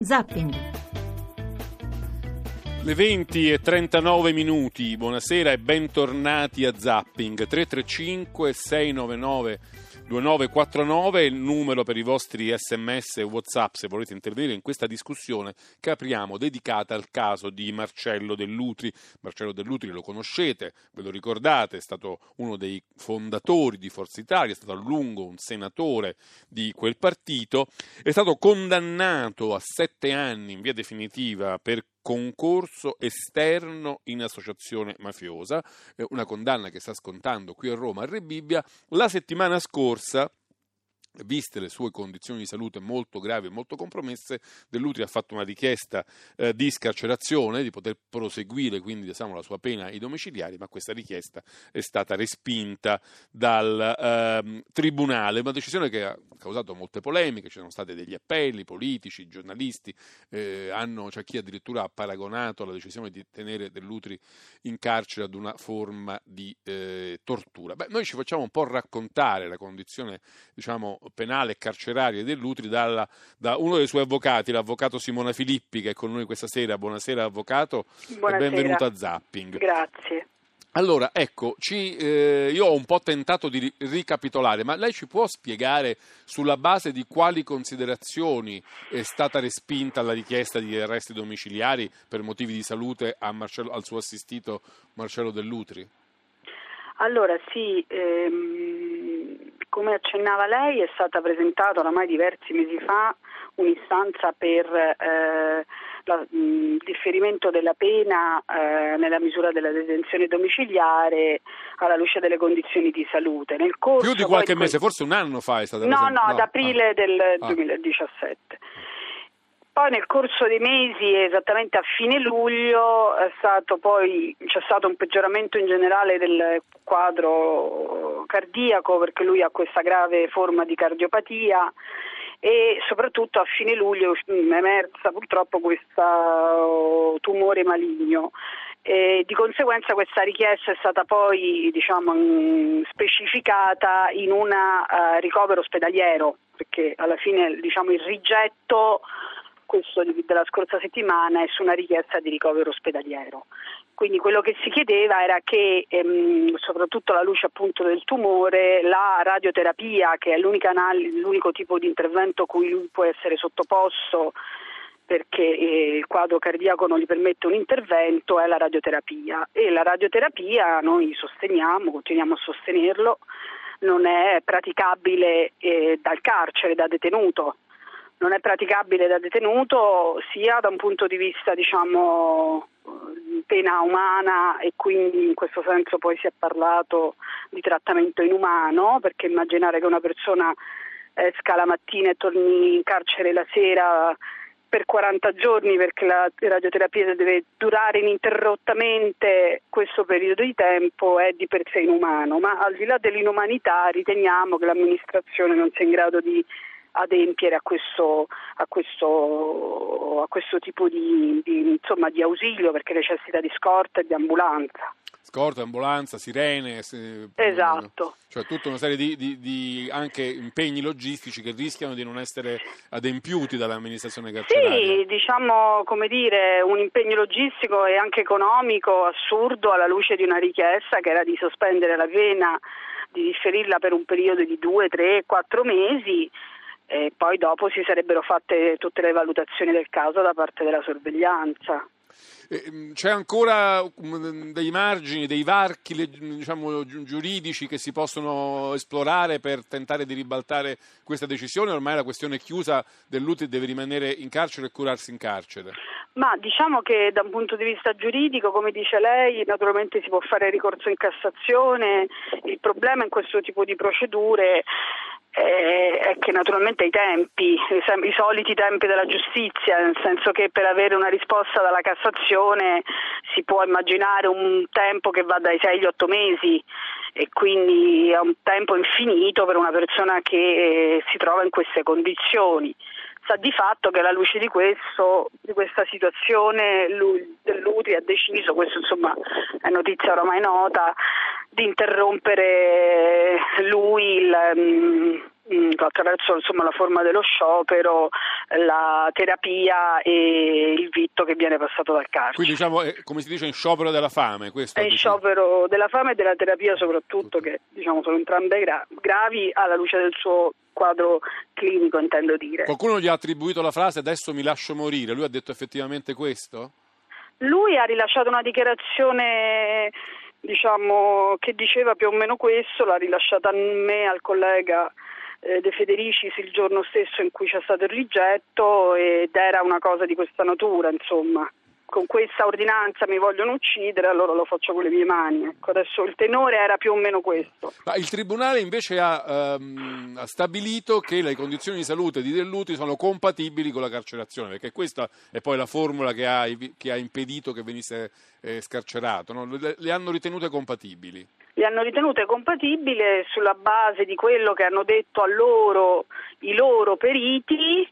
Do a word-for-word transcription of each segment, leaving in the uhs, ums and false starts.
Zapping. Le venti e trentanove minuti, buonasera e bentornati a Zapping. Tre tre cinque sei nove nove due nove quattro nove è il numero per i vostri sms e WhatsApp se volete intervenire in questa discussione che apriamo dedicata al caso di Marcello Dell'Utri. Marcello Dell'Utri lo conoscete, ve lo ricordate, è stato uno dei fondatori di Forza Italia, è stato a lungo un senatore di quel partito, è stato condannato a sette anni in via definitiva per concorso esterno in associazione mafiosa, una condanna che sta scontando qui a Roma a Re Bibbia. La settimana scorsa, viste le sue condizioni di salute molto gravi e molto compromesse, Dell'Utri ha fatto una richiesta eh, di scarcerazione, di poter proseguire quindi diciamo, la sua pena ai domiciliari, ma questa richiesta è stata respinta dal eh, tribunale, una decisione che ha causato molte polemiche, ci sono stati degli appelli politici, giornalisti, eh, hanno, c'è chi addirittura ha paragonato la decisione di tenere Dell'Utri in carcere ad una forma di eh, tortura. Beh, noi ci facciamo un po' raccontare la condizione, diciamo, penale e carceraria Dell'Utri dalla, da uno dei suoi avvocati, l'avvocato Simona Filippi, che è con noi questa sera. Buonasera avvocato. Buonasera. E benvenuto a Zapping. Grazie. Allora, ecco, ci, eh, io ho un po' tentato di ricapitolare, ma lei ci può spiegare sulla base di quali considerazioni è stata respinta la richiesta di arresti domiciliari per motivi di salute a Marcello, al suo assistito Marcello Dell'Utri? Allora sì, ehm, come accennava lei è stata presentata oramai diversi mesi fa un'istanza per eh, la, il differimento della pena eh, nella misura della detenzione domiciliare alla luce delle condizioni di salute. Nel corso, Più di qualche poi, mese, forse un anno fa è stata no, presentata? No, no, ad aprile ah. del ah. duemiladiciassette. Poi nel corso dei mesi, esattamente a fine luglio, è stato poi, c'è stato un peggioramento in generale del quadro cardiaco perché lui ha questa grave forma di cardiopatia e soprattutto a fine luglio è emersa purtroppo questo tumore maligno. E di conseguenza questa richiesta è stata poi diciamo specificata in un uh, ricovero ospedaliero, perché alla fine diciamo il rigetto questo della scorsa settimana è su una richiesta di ricovero ospedaliero. Quindi quello che si chiedeva era che, ehm, soprattutto alla luce appunto del tumore, la radioterapia, che è l'unica anal- l'unico tipo di intervento a cui lui può essere sottoposto perché eh, il quadro cardiaco non gli permette un intervento, è la radioterapia. E la radioterapia noi sosteniamo, continuiamo a sostenerlo, non è praticabile eh, dal carcere, da detenuto. Non è praticabile da detenuto sia da un punto di vista diciamo pena umana e quindi in questo senso poi si è parlato di trattamento inumano, perché immaginare che una persona esca la mattina e torni in carcere la sera per quaranta giorni perché la radioterapia deve durare ininterrottamente questo periodo di tempo è di per sé inumano, ma al di là dell'inumanità riteniamo che l'amministrazione non sia in grado di adempiere a questo, a questo, a questo tipo di, di, insomma, di ausilio perché necessita di scorta e di ambulanza. Scorta, ambulanza, sirene, se, esatto. Cioè tutta una serie di, di, di anche impegni logistici che rischiano di non essere adempiuti dall'amministrazione carceraria. Sì, diciamo come dire un impegno logistico e anche economico assurdo alla luce di una richiesta che era di sospendere la pena, di differirla per un periodo di due, tre, quattro mesi. E poi dopo si sarebbero fatte tutte le valutazioni del caso da parte della sorveglianza. C'è ancora dei margini, dei varchi diciamo, giuridici che si possono esplorare per tentare di ribaltare questa decisione? Ormai la questione è chiusa, Dell'Utri deve rimanere in carcere e curarsi in carcere. Ma diciamo che da un punto di vista giuridico, come dice lei, naturalmente si può fare ricorso in Cassazione. Il problema in questo tipo di procedure è che naturalmente i tempi, i soliti tempi della giustizia, nel senso che per avere una risposta dalla Cassazione si può immaginare un tempo che va dai sei agli otto mesi e quindi è un tempo infinito per una persona che si trova in queste condizioni. Sta di fatto che alla luce di questo, di questa situazione, Dell'Utri ha deciso, questo insomma è notizia oramai nota, di interrompere lui il, attraverso insomma la forma dello sciopero, la terapia e il vitto che viene passato dal carcere. Quindi diciamo, è, come si dice, in sciopero della fame. Questo è in sciopero della fame e della terapia soprattutto, che diciamo sono entrambe gra- gravi alla luce del suo quadro clinico, intendo dire. Qualcuno gli ha attribuito la frase "adesso mi lascio morire", lui ha detto effettivamente questo? Lui ha rilasciato una dichiarazione, diciamo, che diceva più o meno questo, l'ha rilasciata a me, al collega eh, De Federicis, il giorno stesso in cui c'è stato il rigetto, ed era una cosa di questa natura, insomma. Con questa ordinanza mi vogliono uccidere, allora lo faccio con le mie mani. Ecco, adesso il tenore era più o meno questo. Ma il Tribunale invece ha, ehm, ha stabilito che le condizioni di salute di Dell'Utri sono compatibili con la carcerazione, perché questa è poi la formula che ha, che ha impedito che venisse eh, scarcerato, no? le, le hanno ritenute compatibili. Le hanno ritenute compatibili sulla base di quello che hanno detto a loro i loro periti,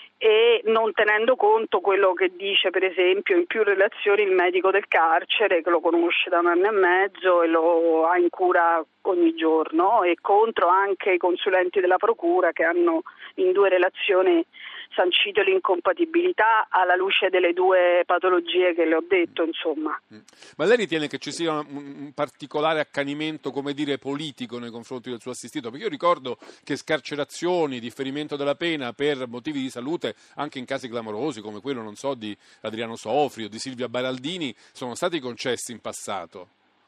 e non tenendo conto quello che dice per esempio in più relazioni il medico del carcere, che lo conosce da un anno e mezzo e lo ha in cura ogni giorno, e contro anche i consulenti della procura che hanno in due relazioni sancito l'incompatibilità alla luce delle due patologie che le ho detto, insomma. Ma lei ritiene che ci sia un, un particolare accanimento, come dire, politico nei confronti del suo assistito? Perché io ricordo che scarcerazioni, differimento della pena per motivi di salute, anche in casi clamorosi come quello, non so, di Adriano Sofri o di Silvia Baraldini, sono stati concessi in passato.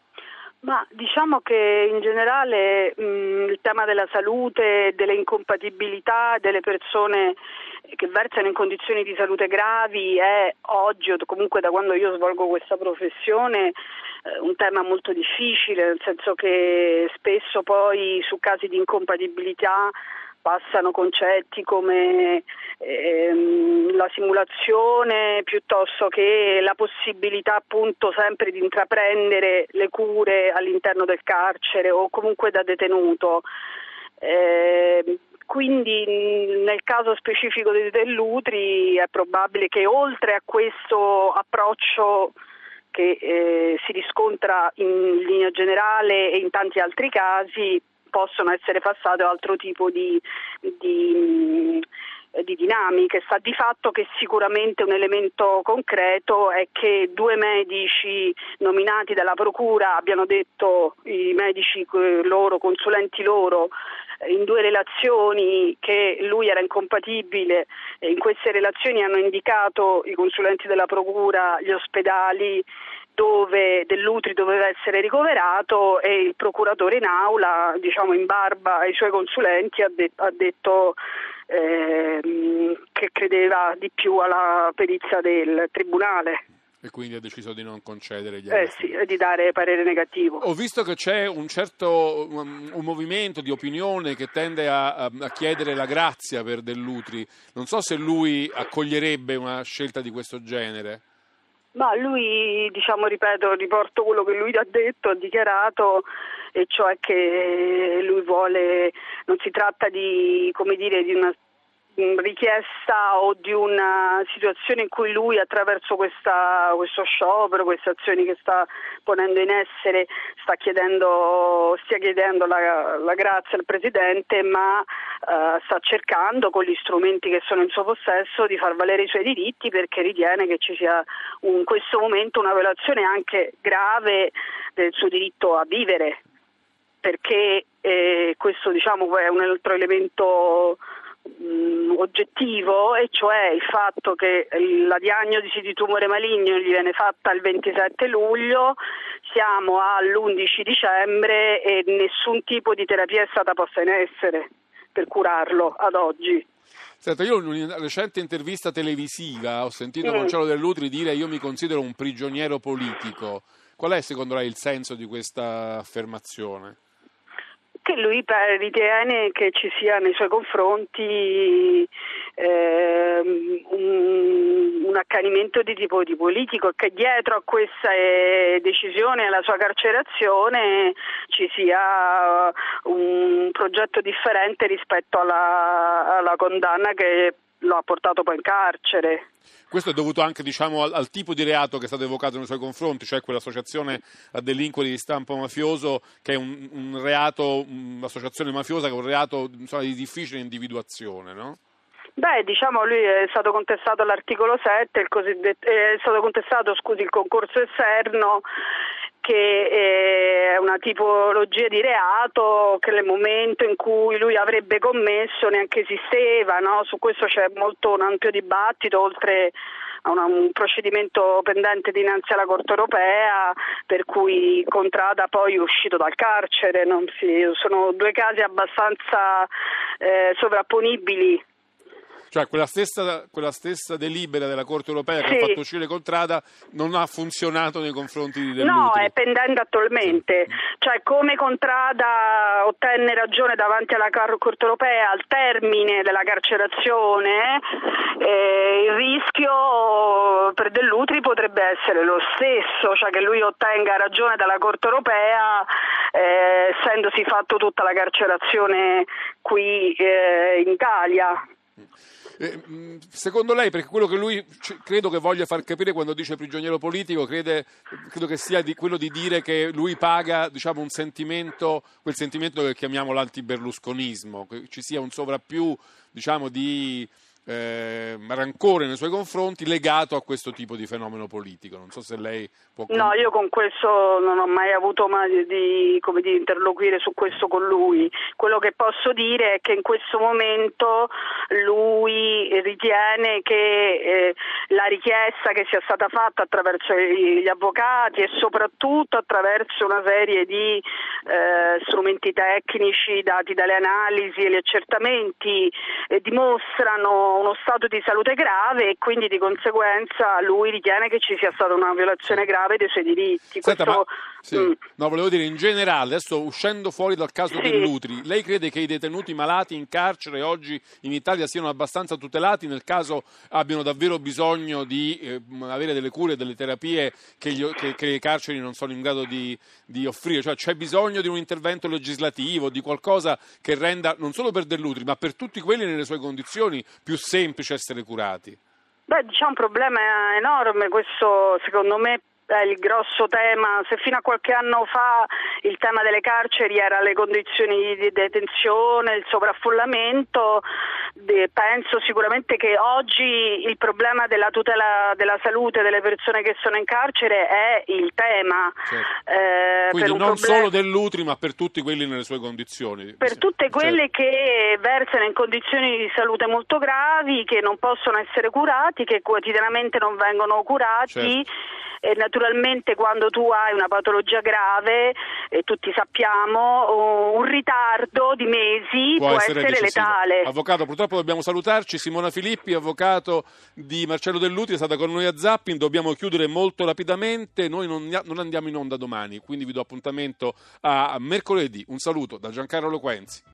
Ma diciamo che in generale mh, il tema della salute, delle incompatibilità delle persone che versano in condizioni di salute gravi è oggi, o comunque da quando io svolgo questa professione, eh, un tema molto difficile, nel senso che spesso poi su casi di incompatibilità passano concetti come ehm, la simulazione, piuttosto che la possibilità appunto sempre di intraprendere le cure all'interno del carcere o comunque da detenuto. Eh, quindi nel caso specifico di Dell'Utri è probabile che oltre a questo approccio che eh, si riscontra in linea generale e in tanti altri casi, possono essere passate altro tipo di, di, di dinamiche. Sta di fatto che sicuramente un elemento concreto è che due medici nominati dalla procura abbiano detto, i medici loro, consulenti loro, in due relazioni che lui era incompatibile, e in queste relazioni hanno indicato i consulenti della procura gli ospedali dove Dell'Utri doveva essere ricoverato, e il procuratore in aula, diciamo in barba ai suoi consulenti, ha, de- ha detto eh, che credeva di più alla perizia del tribunale. E quindi ha deciso di non concedere gli arresti. Eh sì, di dare parere negativo. Ho visto che c'è un certo um, un movimento di opinione che tende a, a, a chiedere la grazia per Dell'Utri. Non so se lui accoglierebbe una scelta di questo genere. Ma lui, diciamo, ripeto, riporto quello che lui ha detto, ha dichiarato, e cioè che lui vuole, non si tratta di, come dire, di una richiesta o di una situazione in cui lui attraverso questa, questo sciopero, queste azioni che sta ponendo in essere, sta chiedendo, stia chiedendo la, la grazia al Presidente, ma uh, sta cercando con gli strumenti che sono in suo possesso di far valere i suoi diritti, perché ritiene che ci sia un, in questo momento una violazione anche grave del suo diritto a vivere, perché eh, questo diciamo è un altro elemento oggettivo, e cioè il fatto che la diagnosi di tumore maligno gli viene fatta il ventisette luglio, siamo all'undici dicembre e nessun tipo di terapia è stata posta in essere per curarlo ad oggi. Senta, io in una recente intervista televisiva ho sentito mm. Consuelo Dell'Utri dire: io mi considero un prigioniero politico. Qual è secondo lei il senso di questa affermazione? Che lui ritiene che ci sia nei suoi confronti eh, un, un accanimento di tipo di politico, e che dietro a questa decisione, alla sua carcerazione, ci sia un progetto differente rispetto alla, alla condanna che lo ha portato poi in carcere. Questo è dovuto anche, diciamo, al, al tipo di reato che è stato evocato nei suoi confronti, cioè quell'associazione a delinquere di stampo mafioso, che è un, un reato, un'associazione mafiosa che è un reato, insomma, di difficile individuazione, no? Beh, diciamo, lui è stato contestato all'articolo sette, il cosiddetto, è stato contestato, scusi, il concorso esterno, che è una tipologia di reato che nel momento in cui lui avrebbe commesso neanche esisteva, no? Su questo c'è molto un ampio dibattito, oltre a una, un procedimento pendente dinanzi alla Corte Europea, per cui Contrada poi è uscito dal carcere. Non si, sono due casi abbastanza eh, sovrapponibili. Cioè quella stessa, quella stessa delibera della Corte Europea che sì. ha fatto uscire Contrada non ha funzionato nei confronti di Dell'Utri. No, è pendente attualmente. Cioè come Contrada ottenne ragione davanti alla Corte Europea al termine della carcerazione, eh, il rischio per Dell'Utri potrebbe essere lo stesso, cioè che lui ottenga ragione dalla Corte Europea eh, essendosi fatto tutta la carcerazione qui eh, in Italia. Eh, secondo lei, perché quello che lui credo che voglia far capire quando dice prigioniero politico, crede, credo che sia di quello di dire che lui paga, diciamo, un sentimento, quel sentimento che chiamiamo l'antiberlusconismo, che ci sia un sovrappiù, diciamo, di eh, rancore nei suoi confronti legato a questo tipo di fenomeno politico. Non so se lei può... No, io con questo non ho mai avuto mai di, come di interloquire su questo con lui. Quello che posso dire è che in questo momento lui ritiene che eh, la richiesta che sia stata fatta attraverso gli avvocati e soprattutto attraverso una serie di eh, strumenti tecnici dati dalle analisi e gli accertamenti eh, dimostrano uno stato di salute grave e quindi di conseguenza lui ritiene che ci sia stata una violazione grave dei suoi diritti. Senta, Questo, ma, sì. mm. No, volevo dire in generale, adesso uscendo fuori dal caso sì. Dell'Utri, lei crede che i detenuti malati in carcere oggi in Italia siano abbastanza tutelati, nel caso abbiano davvero bisogno di eh, avere delle cure, delle terapie che, gli, che, che le carceri non sono in grado di, di offrire? Cioè c'è bisogno di un intervento legislativo, di qualcosa che renda non solo per Dell'Utri ma per tutti quelli nelle sue condizioni più semplice essere curati? Beh, c'è un problema enorme, questo secondo me è il grosso tema. Se fino a qualche anno fa il tema delle carceri era le condizioni di detenzione, il sovraffollamento, penso sicuramente che oggi il problema della tutela della salute delle persone che sono in carcere è il tema. Certo. Eh, Quindi per non problem- solo Dell'Utri ma per tutti quelli nelle sue condizioni. Per tutte quelle certo. che versano in condizioni di salute molto gravi, che non possono essere curati, che quotidianamente non vengono curati. Certo. E naturalmente quando tu hai una patologia grave, e tutti sappiamo, un ritardo di mesi può, può essere, essere letale. Avvocato, purtroppo dobbiamo salutarci. Simona Filippi, avvocato di Marcello Dell'Utri, è stata con noi a Zapping. Dobbiamo chiudere molto rapidamente. Noi non, non andiamo in onda domani, quindi vi do appuntamento a mercoledì. Un saluto da Giancarlo Loquenzi.